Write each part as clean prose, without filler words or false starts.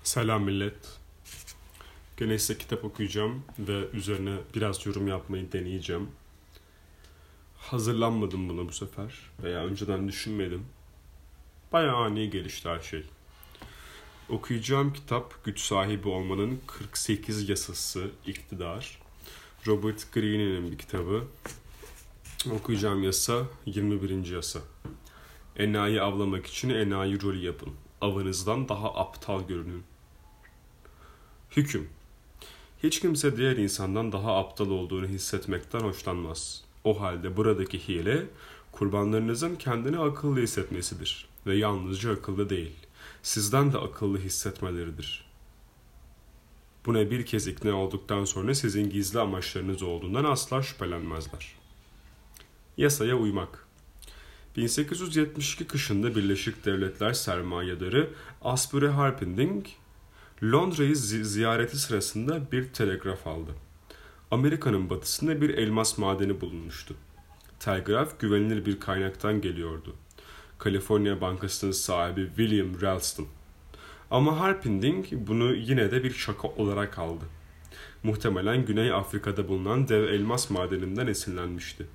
Selam millet. Gene size kitap okuyacağım ve üzerine biraz yorum yapmayı deneyeceğim. Hazırlanmadım buna bu sefer veya önceden düşünmedim. Bayağı ani gelişti her şey. Okuyacağım kitap Güç Sahibi Olmanın 48 Yasası İktidar. Robert Greene'nin bir kitabı. Okuyacağım yasa 21. yasa. Enayi avlamak için enayi rolü yapın. Avınızdan daha aptal görünün. Hüküm. Hiç kimse diğer insandan daha aptal olduğunu hissetmekten hoşlanmaz. O halde buradaki hile, kurbanlarınızın kendini akıllı hissetmesidir. Ve yalnızca akıllı değil, sizden de akıllı hissetmeleridir. Buna bir kez ikna olduktan sonra sizin gizli amaçlarınız olduğundan asla şüphelenmezler. Yasaya uymak. 1872 kışında Birleşik Devletler sermayedarı Asbury Harpending, Londra'yı ziyareti sırasında bir telgraf aldı. Amerika'nın batısında bir elmas madeni bulunmuştu. Telgraf güvenilir bir kaynaktan geliyordu. Kaliforniya Bankası'nın sahibi William Ralston. Ama Harpending bunu yine de bir şaka olarak aldı. Muhtemelen Güney Afrika'da bulunan dev elmas madeninden esinlenmişti.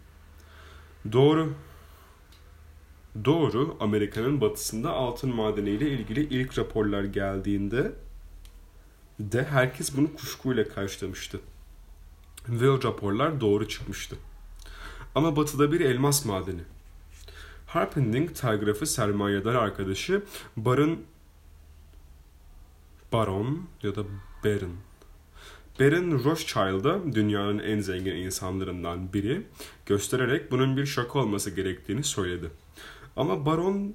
Doğru, Amerika'nın batısında altın madeniyle ilgili ilk raporlar geldiğinde de herkes bunu kuşkuyla karşılamıştı. Ve o raporlar doğru çıkmıştı. Ama batıda bir elmas madeni. Harpending telgrafı sermayedar arkadaşı Baron ya da Baron Rothschild'a, dünyanın en zengin insanlarından biri, göstererek bunun bir şaka olması gerektiğini söyledi. Ama Baron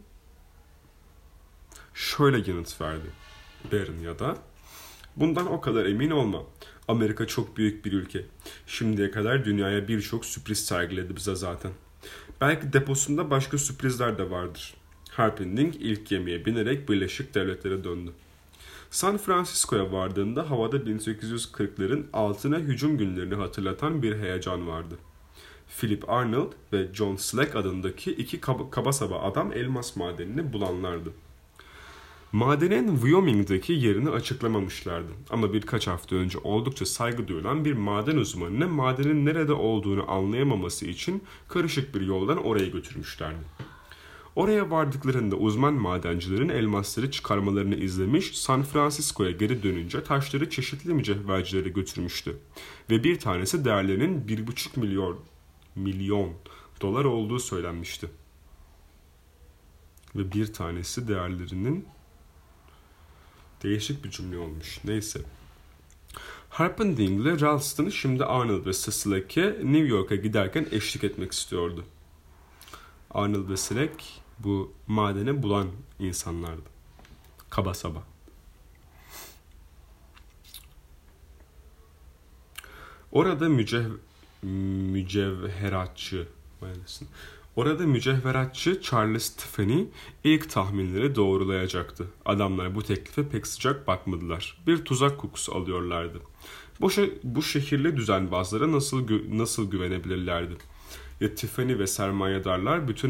şöyle yanıt verdi. Baron ya da: bundan o kadar emin olma. Amerika çok büyük bir ülke. Şimdiye kadar dünyaya birçok sürpriz sergiledi bize zaten. Belki deposunda başka sürprizler de vardır. Harpending ilk gemiye binerek Birleşik Devletlere döndü. San Francisco'ya vardığında havada 1840'ların altına hücum günlerini hatırlatan bir heyecan vardı. Philip Arnold ve John Slack adındaki iki kaba saba adam elmas madenini bulanlardı. Madenin Wyoming'deki yerini açıklamamışlardı ama birkaç hafta önce oldukça saygı duyulan bir maden uzmanını madenin nerede olduğunu anlayamaması için karışık bir yoldan oraya götürmüşlerdi. Oraya vardıklarında uzman madencilerin elmasları çıkarmalarını izlemiş, San Francisco'ya geri dönünce taşları çeşitli mücevhercilere götürmüştü ve bir tanesi değerlerinin 1,5 milyon dolar olduğu söylenmişti. Ve bir tanesi değerlerinin... Değişik bir cümle olmuş. Neyse. Harpending ile Ralston şimdi Arnold ve Slack'e New York'a giderken eşlik etmek istiyordu. Arnold ve Slack bu madeni bulan insanlardı. Kaba saba. Orada mücevheratçı Charles Tiffany ilk tahminleri doğrulayacaktı. Adamlar bu teklife pek sıcak bakmadılar. Bir tuzak kokusu alıyorlardı. Bu şehirli düzenbazlara nasıl güvenebilirlerdi? Ya Tiffany ve sermayedarlar bütün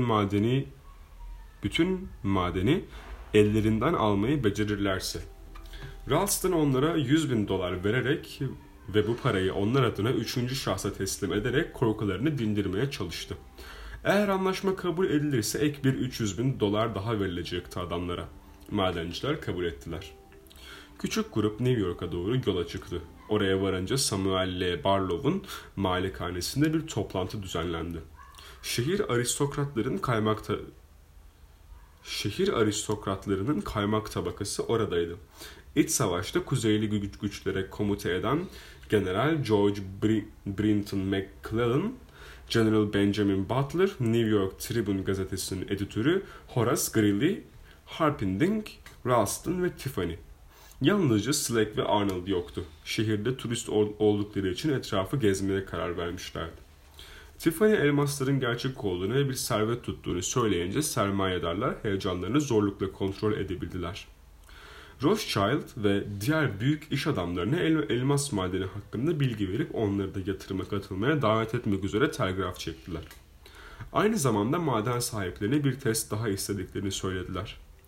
madeni ellerinden almayı becerirlerse? Ralston onlara 100.000 dolar vererek ve bu parayı onlar adına 3. şahsa teslim ederek korkularını dindirmeye çalıştı. Eğer anlaşma kabul edilirse ek bir 300.000 dolar daha verilecekti adamlara. Madenciler kabul ettiler. Küçük grup New York'a doğru yola çıktı. Oraya varınca Samuel L. Barlow'un malikanesinde bir toplantı düzenlendi. Şehir aristokratlarının kaymak tabakası oradaydı. İç savaşta Kuzeyli güçlere komuta eden General George Brinton McClellan, General Benjamin Butler, New York Tribune gazetesinin editörü Horace Greeley, Harpending, Ralston ve Tiffany. Yalnızca Slack ve Arnold yoktu. Şehirde turist oldukları için etrafı gezmeye karar vermişlerdi. Tiffany elmasların gerçek olduğunu ve bir servet tuttuğunu söyleyince sermayedarlar heyecanlarını zorlukla kontrol edebildiler. Rothschild ve diğer büyük iş adamlarına elmas madeni hakkında bilgi verip onları da yatırıma katılmaya davet etmek üzere telgraf çektiler. Aynı zamanda maden sahiplerine bir test daha istediklerini söylediler.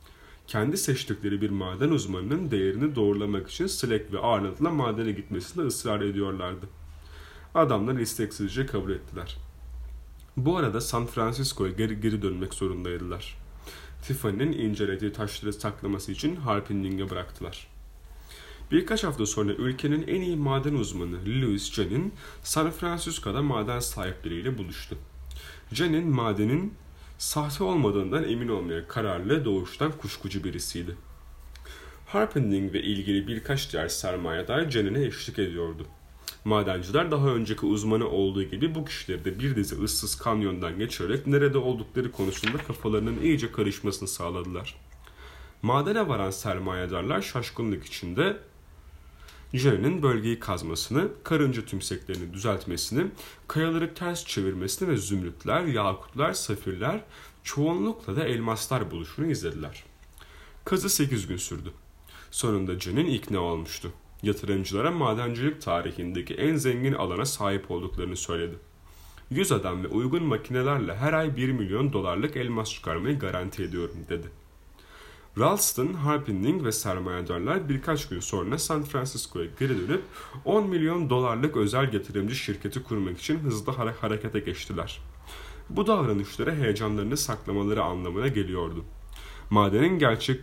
Kendi seçtikleri bir maden uzmanının değerini doğrulamak için Slack ve Arnold'la madene gitmesine ısrar ediyorlardı. Adamlar isteksizce kabul ettiler. Bu arada San Francisco'ya geri dönmek zorundaydılar. Tiffany'nin incelediği taşları saklaması için Harpending'e bıraktılar. Birkaç hafta sonra ülkenin en iyi maden uzmanı Louis Jenin San Francisco'da maden sahipleriyle buluştu. Jenin madenin sahte olmadığından emin olmaya kararlı, doğuştan kuşkucu birisiydi. Harpending ve ilgili birkaç diğer sermayedar Jenin'e eşlik ediyordu. Madenciler daha önceki uzmanı olduğu gibi bu kişileri de bir dizi ıssız kanyondan geçirerek nerede oldukları konusunda kafalarının iyice karışmasını sağladılar. Madene varan sermayedarlar şaşkınlık içinde Jenin'in bölgeyi kazmasını, karınca tümseklerini düzeltmesini, kayaları ters çevirmesini ve zümrütler, yakutlar, safirler, çoğunlukla da elmaslar buluşunu izlediler. Kazı 8 gün sürdü. Sonunda Jenin ikna olmuştu. Yatırımcılara madencilik tarihindeki en zengin alana sahip olduklarını söyledi. 100 adam ve uygun makinelerle her ay 1 milyon dolarlık elmas çıkarmayı garanti ediyorum dedi. Ralston, Harpending ve sermayedarlar birkaç gün sonra San Francisco'ya geri dönüp 10 milyon dolarlık özel yatırımcı şirketi kurmak için hızlı harekete geçtiler. Bu davranışları heyecanlarını saklamaları anlamına geliyordu. Madenin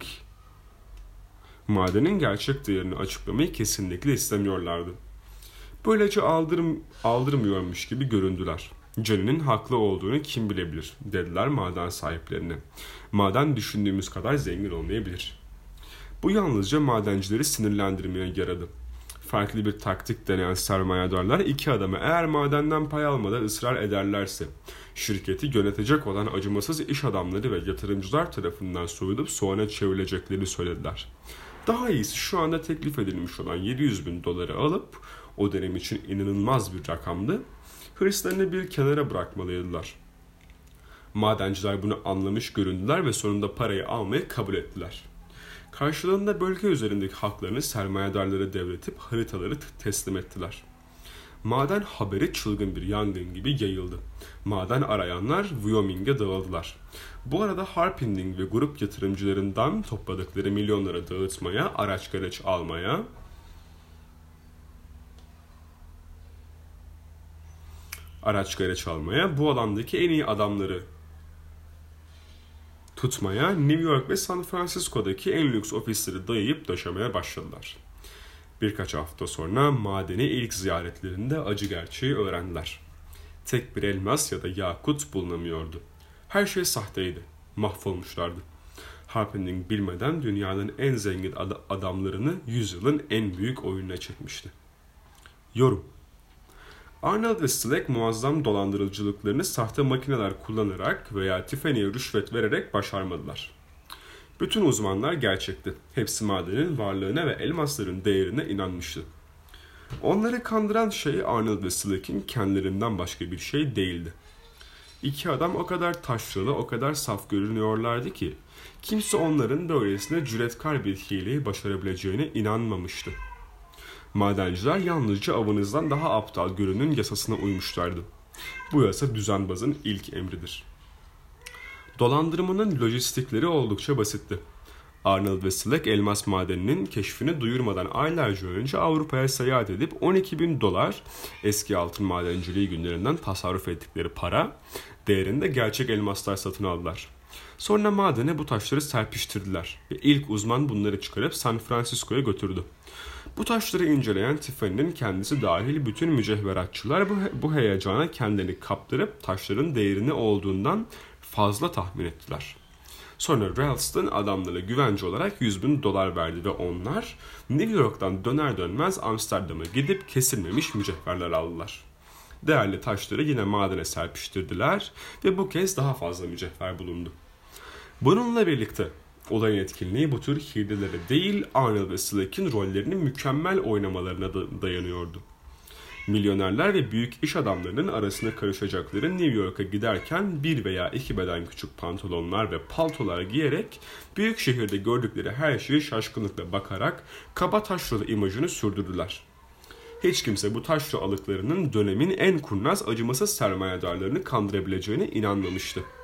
gerçek değerini açıklamayı kesinlikle istemiyorlardı. Böylece aldırmıyormuş gibi göründüler. Jenin'in haklı olduğunu kim bilebilir dediler maden sahiplerine. Maden düşündüğümüz kadar zengin olmayabilir. Bu yalnızca madencileri sinirlendirmeye yaradı. Farklı bir taktik deneyen sermayedarlar iki adamı eğer madenden pay almada ısrar ederlerse şirketi yönetecek olan acımasız iş adamları ve yatırımcılar tarafından soyulup soğana çevrileceklerini söylediler. Daha iyisi şu anda teklif edilmiş olan 700 bin doları alıp o dönem için inanılmaz bir rakamdı. Hırslarını bir kenara bırakmalıydılar. Madenciler bunu anlamış göründüler ve sonunda parayı almayı kabul ettiler. Karşılığında bölge üzerindeki haklarını sermayedarlara devretip haritaları teslim ettiler. Maden haberi çılgın bir yangın gibi yayıldı. Maden arayanlar Wyoming'e dağıldılar. Bu arada Harpending ve grup yatırımcılarından topladıkları milyonlara dağıtmaya, araç gereç almaya, bu alandaki en iyi adamları tutmaya, New York ve San Francisco'daki en lüks ofisleri dayayıp döşemeye başladılar. Birkaç hafta sonra madeni ilk ziyaretlerinde acı gerçeği öğrendiler. Tek bir elmas ya da yakut bulunamıyordu. Her şey sahteydi. Mahvolmuşlardı. Harpending bilmeden dünyanın en zengin adamlarını yüzyılın en büyük oyununa çekmişti. Yorum: Arnold ve Slack muazzam dolandırıcılıklarını sahte makineler kullanarak veya Tiffany'ye rüşvet vererek başarmadılar. Bütün uzmanlar gerçekti. Hepsi madenin varlığına ve elmasların değerine inanmıştı. Onları kandıran şey Arnold ve Slack'in kendilerinden başka bir şey değildi. İki adam o kadar taşralı, o kadar saf görünüyorlardı ki kimse onların böylesine cüretkar bir hileyi başarabileceğine inanmamıştı. Madenciler yalnızca avınızdan daha aptal görünün yasasına uymuşlardı. Bu yasa düzenbazın ilk emridir. Dolandırmanın lojistikleri oldukça basitti. Arnold ve Slack elmas madeninin keşfini duyurmadan aylarca önce Avrupa'ya seyahat edip 12 bin dolar eski altın madenciliği günlerinden tasarruf ettikleri para değerinde gerçek elmaslar satın aldılar. Sonra madene bu taşları serpiştirdiler ve ilk uzman bunları çıkarıp San Francisco'ya götürdü. Bu taşları inceleyen Tiffany'nin kendisi dahil bütün mücevheratçılar bu heyecana kendini kaptırıp taşların değerini olduğundan fazla tahmin ettiler. Sonra Ralston adamlara güvence olarak 100 bin dolar verdi ve onlar New York'tan döner dönmez Amsterdam'a gidip kesilmemiş mücevherler aldılar. Değerli taşları yine madene serpiştirdiler ve bu kez daha fazla mücevher bulundu. Bununla birlikte olayın etkinliği bu tür hilelere değil Arnold ve Slack'in rollerini mükemmel oynamalarına dayanıyordu. Milyonerler ve büyük iş adamlarının arasına karışacakları New York'a giderken bir veya iki beden küçük pantolonlar ve paltolar giyerek büyük şehirde gördükleri her şeyi şaşkınlıkla bakarak kaba taşralı imajını sürdürdüler. Hiç kimse bu taşra alıklarının dönemin en kurnaz acımasız sermayedarlarını kandırabileceğine inanmamıştı.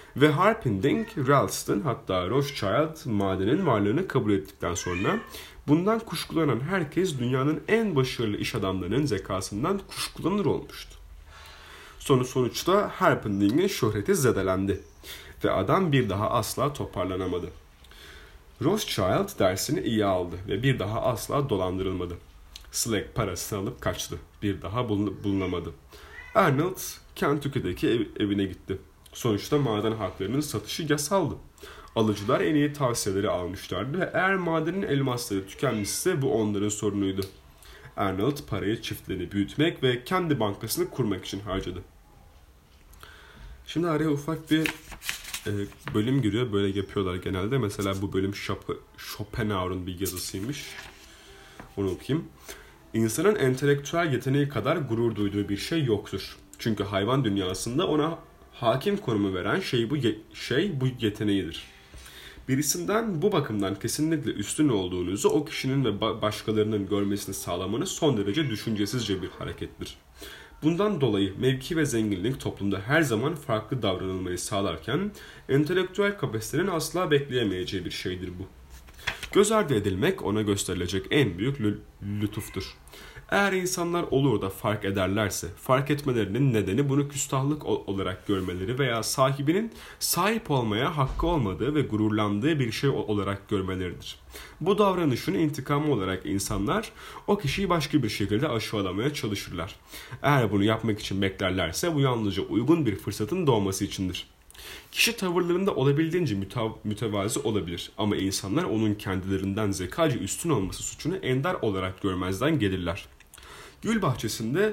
Ve Harpending, Ralston hatta Rothschild madenin varlığını kabul ettikten sonra bundan kuşkulanan herkes dünyanın en başarılı iş adamlarının zekasından kuşkulanır olmuştu. Sonuçta Harpending'in şöhreti zedelendi ve adam bir daha asla toparlanamadı. Rothschild dersini iyi aldı ve bir daha asla dolandırılmadı. Slack parasını alıp kaçtı. Bir daha bulunamadı. Arnold Kentucky'deki evine gitti. Sonuçta maden haklarının satışı yasaldı. Alıcılar en iyi tavsiyeleri almışlardı ve eğer madenin elmasları tükenmişse bu onların sorunuydu. Arnold parayı çiftliğini büyütmek ve kendi bankasını kurmak için harcadı. Şimdi araya ufak bir bölüm giriyor. Böyle yapıyorlar genelde. Mesela bu bölüm Schopenhauer'un bir yazısıymış. Onu okuyayım. İnsanın entelektüel yeteneği kadar gurur duyduğu bir şey yoktur. Çünkü hayvan dünyasında ona hakim konumu veren şey bu yeteneğidir. Birisinden bu bakımdan kesinlikle üstün olduğunuzu o kişinin ve başkalarının görmesini sağlamanız son derece düşüncesizce bir harekettir. Bundan dolayı mevki ve zenginlik toplumda her zaman farklı davranılmayı sağlarken entelektüel kapasitenin asla bekleyemeyeceği bir şeydir bu. Göz ardı edilmek ona gösterilecek en büyük lütuftur. Eğer insanlar olur da fark ederlerse, fark etmelerinin nedeni bunu küstahlık olarak görmeleri veya sahibinin sahip olmaya hakkı olmadığı ve gururlandığı bir şey olarak görmeleridir. Bu davranışın intikamı olarak insanlar o kişiyi başka bir şekilde aşağılamaya çalışırlar. Eğer bunu yapmak için beklerlerse bu yalnızca uygun bir fırsatın doğması içindir. Kişi tavırlarında olabildiğince mütevazı olabilir ama insanlar onun kendilerinden zekaca üstün olması suçunu ender olarak görmezden gelirler. Gül bahçesinde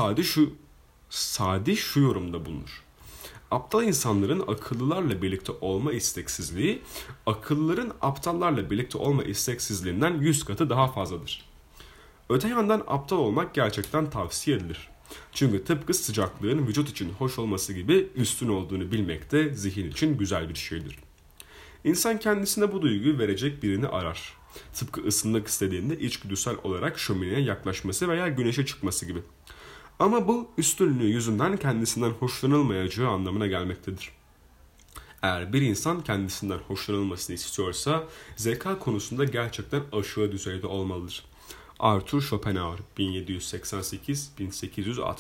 Sadi şu yorumda bulunur. Aptal insanların akıllılarla birlikte olma isteksizliği, akıllıların aptallarla birlikte olma isteksizliğinden 100 katı daha fazladır. Öte yandan aptal olmak gerçekten tavsiye edilir. Çünkü tıpkı sıcaklığın vücut için hoş olması gibi üstün olduğunu bilmek de zihin için güzel bir şeydir. İnsan kendisine bu duyguyu verecek birini arar. Tıpkı ısınmak istediğinde içgüdüsel olarak şömineye yaklaşması veya güneşe çıkması gibi. Ama bu üstünlüğü yüzünden kendisinden hoşlanılmayacağı anlamına gelmektedir. Eğer bir insan kendisinden hoşlanılmasını istiyorsa zeka konusunda gerçekten aşağı düzeyde olmalıdır. Arthur Schopenhauer 1788-1860.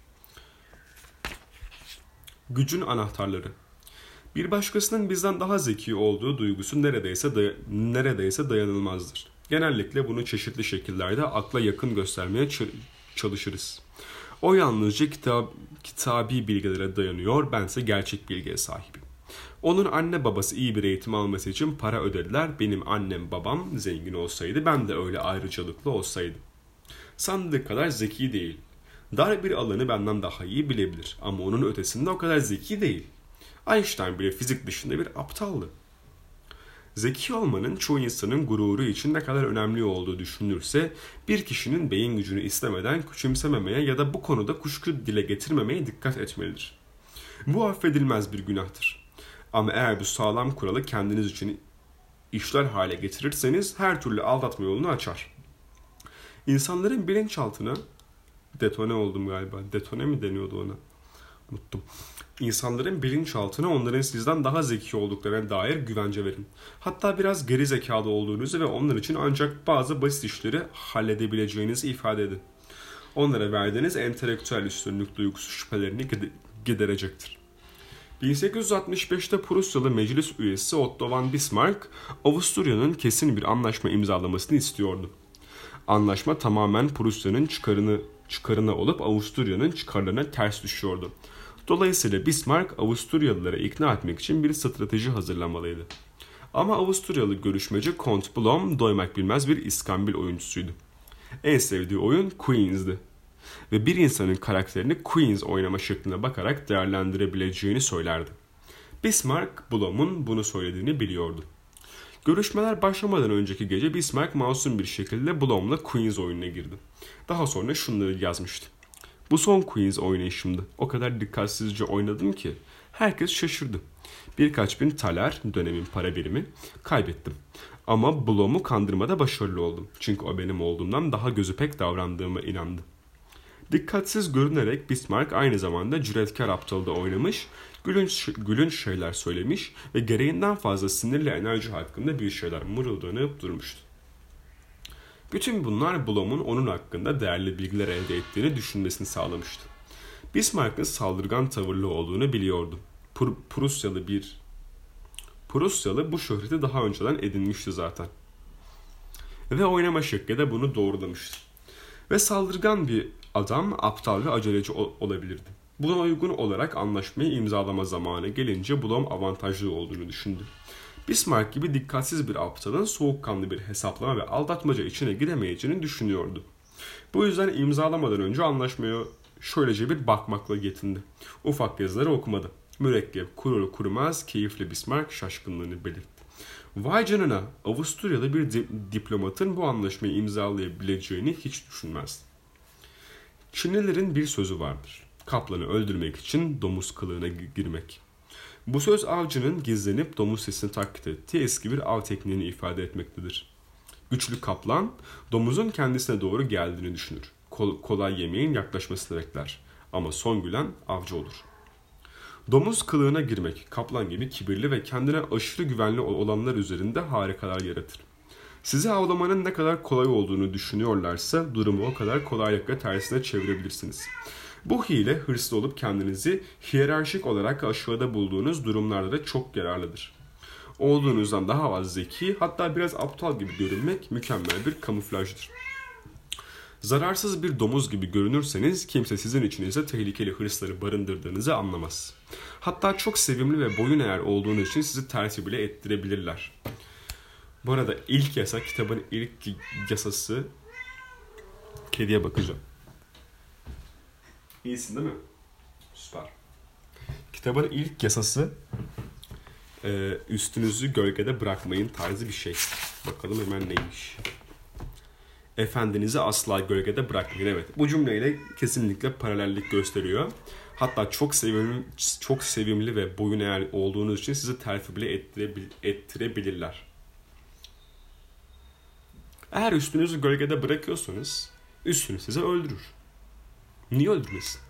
Gücün anahtarları. Bir başkasının bizden daha zeki olduğu duygusu neredeyse dayanılmazdır. Genellikle bunu çeşitli şekillerde akla yakın göstermeye çalışırız. O yalnızca kitabi bilgilere dayanıyor, bense gerçek bilgiye sahibim. Onun anne babası iyi bir eğitim alması için para ödediler. Benim annem babam zengin olsaydı ben de öyle ayrıcalıklı olsaydım. Sandığı kadar zeki değil. Dar bir alanı benden daha iyi bilebilir ama onun ötesinde o kadar zeki değil. Einstein bile fizik dışında bir aptaldı. Zeki olmanın çoğu insanın gururu için ne kadar önemli olduğu düşünülürse bir kişinin beyin gücünü istemeden küçümsememeye ya da bu konuda kuşku dile getirmemeye dikkat etmelidir. Bu affedilmez bir günahtır. Ama eğer bu sağlam kuralı kendiniz için işler hale getirirseniz her türlü aldatma yolunu açar. İnsanların bilinçaltına detone mi deniyordu ona? Unuttum. İnsanların bilinçaltına onların sizden daha zeki olduklarına dair güvence verin. Hatta biraz geri zekalı olduğunuzu ve onlar için ancak bazı basit işleri halledebileceğinizi ifade edin. Onlara verdiğiniz entelektüel üstünlük duygusu şüphelerini giderecektir. 1865'te Prusyalı meclis üyesi Otto von Bismarck, Avusturya'nın kesin bir anlaşma imzalamasını istiyordu. Anlaşma tamamen Prusya'nın çıkarına olup Avusturya'nın çıkarlarına ters düşüyordu. Dolayısıyla Bismarck Avusturyalıları ikna etmek için bir strateji hazırlamalıydı. Ama Avusturyalı görüşmeci Kont Blom doymak bilmez bir iskambil oyuncusuydu. En sevdiği oyun Queens'di. Ve bir insanın karakterini Queens oynama şekline bakarak değerlendirebileceğini söylerdi. Bismarck, Blom'un bunu söylediğini biliyordu. Görüşmeler başlamadan önceki gece Bismarck masum bir şekilde Blom'la Queens oyununa girdi. Daha sonra şunları yazmıştı. Bu son Queens oynayışımdı. O kadar dikkatsizce oynadım ki herkes şaşırdı. Birkaç bin taler, dönemin para birimi, kaybettim. Ama Blom'u kandırmada başarılı oldum. Çünkü o benim olduğumdan daha gözü pek davrandığıma inandı. Dikkatsiz görünerek Bismarck aynı zamanda cüretkar aptalı da oynamış, gülünç şeyler söylemiş ve gereğinden fazla sinirli enerji hakkında bir şeyler mırıldanıp durmuştu. Bütün bunlar Bloom'un onun hakkında değerli bilgiler elde ettiğini düşünmesini sağlamıştı. Bismarck'ın saldırgan tavırlı olduğunu biliyordu. Prusyalı bu şöhreti daha önceden edinmişti zaten. Ve oynama şekli de bunu doğrulamıştı. Ve saldırgan bir adam aptal ve aceleci olabilirdi. Buna uygun olarak anlaşmayı imzalama zamanı gelince Blom avantajlı olduğunu düşündü. Bismarck gibi dikkatsiz bir aptalın soğukkanlı bir hesaplama ve aldatmaca içine giremeyeceğini düşünüyordu. Bu yüzden imzalamadan önce anlaşmaya şöylece bir bakmakla yetindi. Ufak yazıları okumadı. Mürekkep, kurur kurmaz, keyifli Bismarck şaşkınlığını belirtti. Vay canına, Avusturyalı bir diplomatın bu anlaşmayı imzalayabileceğini hiç düşünmezdi. Çinlilerin bir sözü vardır. Kaplanı öldürmek için domuz kılığına girmek. Bu söz avcının gizlenip domuz sesini taklit ettiği eski bir av tekniğini ifade etmektedir. Güçlü kaplan, domuzun kendisine doğru geldiğini düşünür. Kolay yemeğin yaklaşmasını bekler. Ama son gülen avcı olur. Domuz kılığına girmek, kaplan gibi kibirli ve kendine aşırı güvenli olanlar üzerinde harikalar yaratır. Sizi avlamanın ne kadar kolay olduğunu düşünüyorlarsa durumu o kadar kolaylıkla tersine çevirebilirsiniz. Bu hile hırslı olup kendinizi hiyerarşik olarak aşağıda bulduğunuz durumlarda da çok yararlıdır. Olduğunuzdan daha az zeki, hatta biraz aptal gibi görünmek mükemmel bir kamuflajdır. Zararsız bir domuz gibi görünürseniz kimse sizin içinizde tehlikeli hırsları barındırdığınızı anlamaz. Hatta çok sevimli ve boyun eğer olduğunuz için sizi tersi bile ettirebilirler. Bu arada ilk yasa, kitabın ilk yasası... Kediye bakacağım. İyisin değil mi? Süper. Kitabın ilk yasası üstünüzü gölgede bırakmayın tarzı bir şey. Bakalım hemen neymiş. Efendinizi asla gölgede bırakmayın. Evet, bu cümleyle kesinlikle paralellik gösteriyor. Hatta çok sevimli ve boyun eğer olduğunuz için sizi terfi bile ettirebilirler. Eğer üstünüzü gölgede bırakıyorsanız üstünüz sizi öldürür. Niye öldürmesin?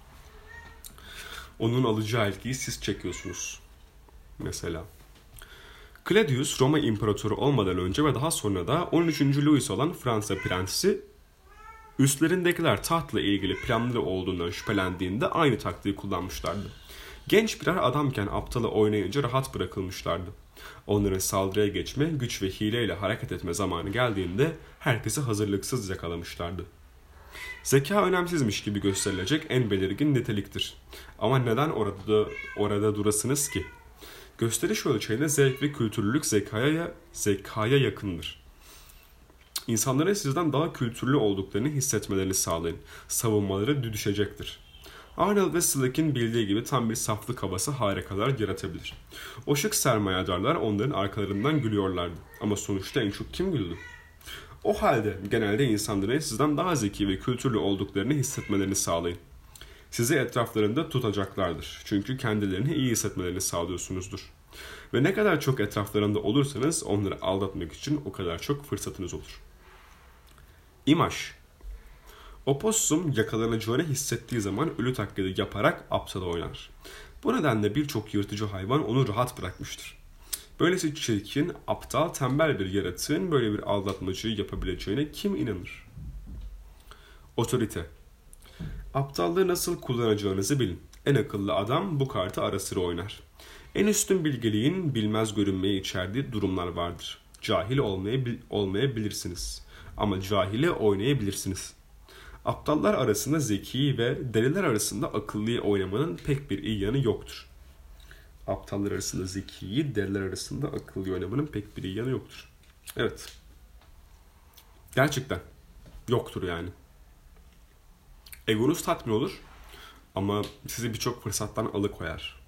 Onun alacağı ilgiyi siz çekiyorsunuz. Mesela. Claudius Roma İmparatoru olmadan önce ve daha sonra da 13. Louis olan Fransa prensi üstlerindekiler tahtla ilgili planları olduğundan şüphelendiğinde aynı taktiği kullanmışlardı. Genç birer adamken aptalı oynayınca rahat bırakılmışlardı. Onların saldırıya geçme, güç ve hileyle hareket etme zamanı geldiğinde herkesi hazırlıksız yakalamışlardı. Zeka önemsizmiş gibi gösterilecek en belirgin niteliktir. Ama neden orada durasınız ki? Gösteriş ölçeğinde zevk ve kültürlülük zekaya yakındır. İnsanların sizden daha kültürlü olduklarını hissetmelerini sağlayın. Savunmaları düşecektir. Arnold ve Slick'in bildiği gibi tam bir saflık havası harikalar yaratabilir. O şık sermayedarlar onların arkalarından gülüyorlardı. Ama sonuçta en çok kim güldü? O halde genelde insanların sizden daha zeki ve kültürlü olduklarını hissetmelerini sağlayın. Sizi etraflarında tutacaklardır. Çünkü kendilerini iyi hissetmelerini sağlıyorsunuzdur. Ve ne kadar çok etraflarında olursanız onları aldatmak için o kadar çok fırsatınız olur. İmaj. Opossum yakalanacağını hissettiği zaman ölü taklidi yaparak aptal oynar. Bu nedenle birçok yırtıcı hayvan onu rahat bırakmıştır. Böylesi çirkin, aptal, tembel bir yaratığın böyle bir aldatmacıyı yapabileceğine kim inanır? Otorite. Aptallığı nasıl kullanacağınızı bilin. En akıllı adam bu kartı ara sıra oynar. En üstün bilgeliğin bilmez görünmeyi içerdiği durumlar vardır. Cahil olmayabilirsiniz. Ama cahile oynayabilirsiniz. Aptallar arasında zeki ve deliler arasında akıllıyı oynamanın pek bir iyi yanı yoktur. Aptallar arasında zekiyi, deliler arasında akıllıyı oynamanın pek bir iyi yanı yoktur. Evet. Gerçekten. Yoktur yani. Egonuz tatmin olur ama sizi birçok fırsattan alıkoyar.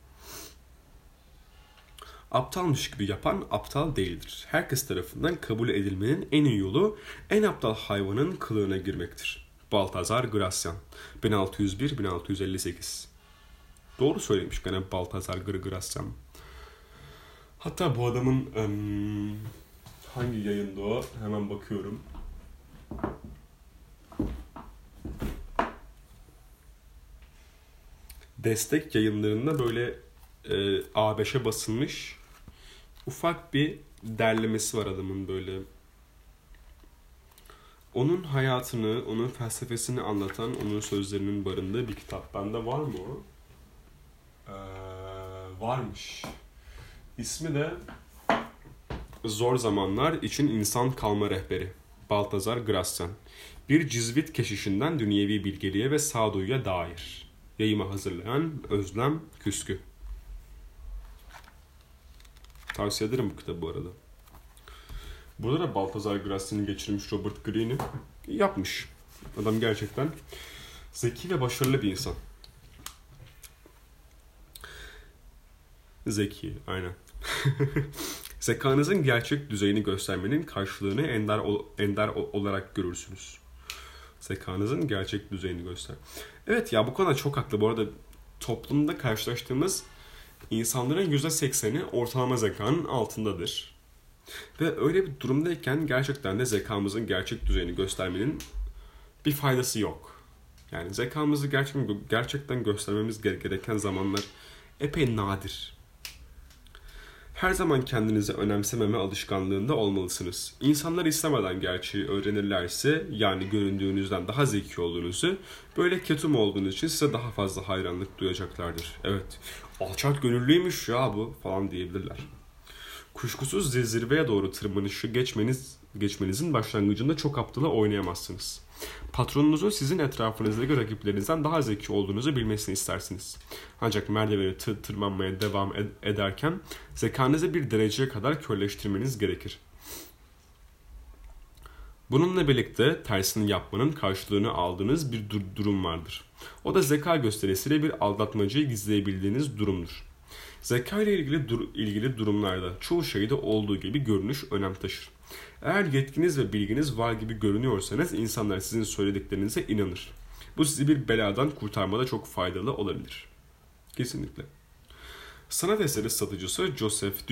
Aptalmış gibi yapan aptal değildir. Herkes tarafından kabul edilmenin en iyi yolu en aptal hayvanın kılığına girmektir. Baltazar Gracian 1601-1658. Doğru söylemiş gene Baltazar Gracian. Hatta bu adamın hangi yayında o? Hemen bakıyorum. Destek Yayınları'nda böyle A5'e basılmış ufak bir derlemesi var adamın böyle. Onun hayatını, onun felsefesini anlatan, onun sözlerinin barındığı bir kitap. Bende var mı o? Varmış. İsmi de Zor Zamanlar için İnsan Kalma Rehberi. Baltazar Grassen. Bir cizvit keşişinden dünyevi bilgeliğe ve sağduyuya dair. Yayıma hazırlayan Özlem Küskü. Tavsiye ederim bu kitabı bu arada. Burada da Baltazar Grassen'i geçirmiş Robert Greene'i yapmış. Adam gerçekten zeki ve başarılı bir insan. Zeki, aynen. Zekanızın gerçek düzeyini göstermenin karşılığını ender olarak görürsünüz. Zekanızın gerçek düzeyini göster. Evet ya, bu konuda çok haklı. Bu arada toplumda karşılaştığımız insanların %80'i ortalama zekanın altındadır. Ve öyle bir durumdayken gerçekten de zekamızın gerçek düzeyini göstermenin bir faydası yok. Yani zekamızı gerçekten göstermemiz gereken zamanlar epey nadir. Her zaman kendinizi önemsememe alışkanlığında olmalısınız. İnsanlar istemeden gerçeği öğrenirlerse, yani göründüğünüzden daha zeki olduğunuzu, böyle ketum olduğunuz için size daha fazla hayranlık duyacaklardır. Evet, alçak gönüllüymüş ya bu falan diyebilirler. Kuşkusuz zirveye doğru tırmanışı geçmenizin başlangıcında çok aptala oynayamazsınız. Patronunuzun sizin etrafınızdaki rakiplerinizden daha zeki olduğunuzu bilmesini istersiniz. Ancak merdiveni tırmanmaya devam ederken zekanızı bir dereceye kadar körleştirmeniz gerekir. Bununla birlikte tersini yapmanın karşılığını aldığınız bir durum vardır. O da zeka gösterisiyle bir aldatmacayı gizleyebildiğiniz durumdur. Zeka ile ilgili durumlarda çoğu şeyde olduğu gibi görünüş önem taşır. Eğer yetkiniz ve bilginiz var gibi görünüyorsanız insanlar sizin söylediklerinize inanır. Bu sizi bir beladan kurtarmada çok faydalı olabilir. Kesinlikle. Sanat eseri satıcısı Joseph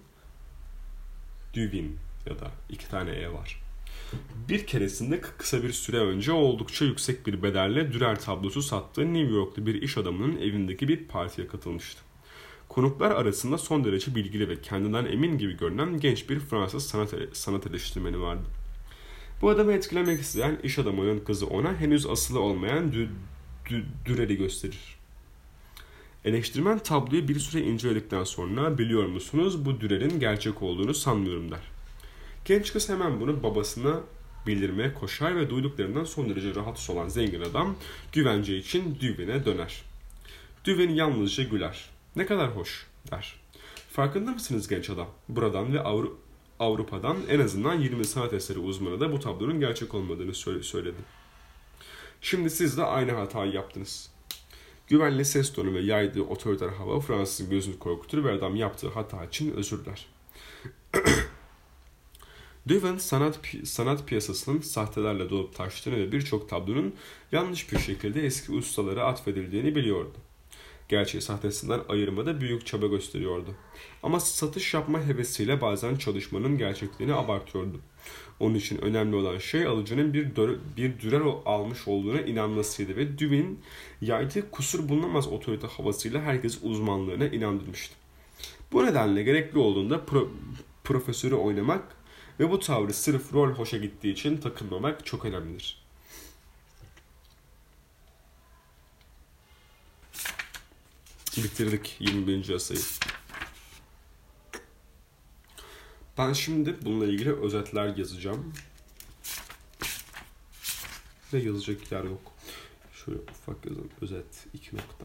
Duvin ya da 2 tane E var. Bir keresinde kısa bir süre önce oldukça yüksek bir bedelle Dürer tablosu sattığı New Yorklu bir iş adamının evindeki bir partiye katılmıştı. Konuklar arasında son derece bilgili ve kendinden emin gibi görünen genç bir Fransız sanat eleştirmeni vardı. Bu adamı etkilemek isteyen iş adamının kızı ona henüz asılı olmayan Dürer'i gösterir. Eleştirmen tabloyu bir süre inceledikten sonra "Biliyor musunuz, bu Dürer'in gerçek olduğunu sanmıyorum" der. Genç kız hemen bunu babasına bildirmeye koşar ve duyduklarından son derece rahatsız olan zengin adam güvence için Duvin'e döner. Duvin yalnızca güler. "Ne kadar hoş" der. "Farkında mısınız genç adam? Buradan ve Avrupa'dan en azından 20 sanat eseri uzmanı da bu tablonun gerçek olmadığını söyledi. Şimdi siz de aynı hatayı yaptınız." Güvenli ses tonu ve yaydığı otoriter hava Fransız'ın gözünü korkutur ve adam yaptığı hata için özür diler. Duvin sanat piyasasının sahtelerle dolup taştığını ve birçok tablonun yanlış bir şekilde eski ustalara atfedildiğini biliyordu. Gerçeği sahtesinden ayırmada büyük çaba gösteriyordu. Ama satış yapma hevesiyle bazen çalışmanın gerçekliğini abartıyordu. Onun için önemli olan şey alıcının bir Dürer almış olduğuna inanmasıydı ve Duvin yaydığı kusur bulunamaz otorite havasıyla herkes uzmanlığına inandırmıştı. Bu nedenle gerekli olduğunda profesörü oynamak ve bu tavrı sırf rol hoşa gittiği için takılmamak çok önemlidir. Bitirdik 21. yasayı. Ben şimdi bununla ilgili özetler yazacağım. Ve yazacak yer yok. Şöyle ufak yazalım. Özet 2 nokta.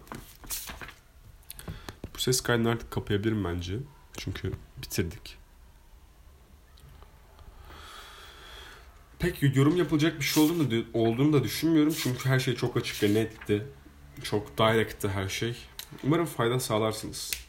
Bu ses kaydını artık kapayabilirim bence. Çünkü bitirdik. Pek yorum yapılacak bir şey olduğunu da düşünmüyorum. Çünkü her şey çok açık ve netti. Çok directti her şey. Umarım fayda sağlarsınız.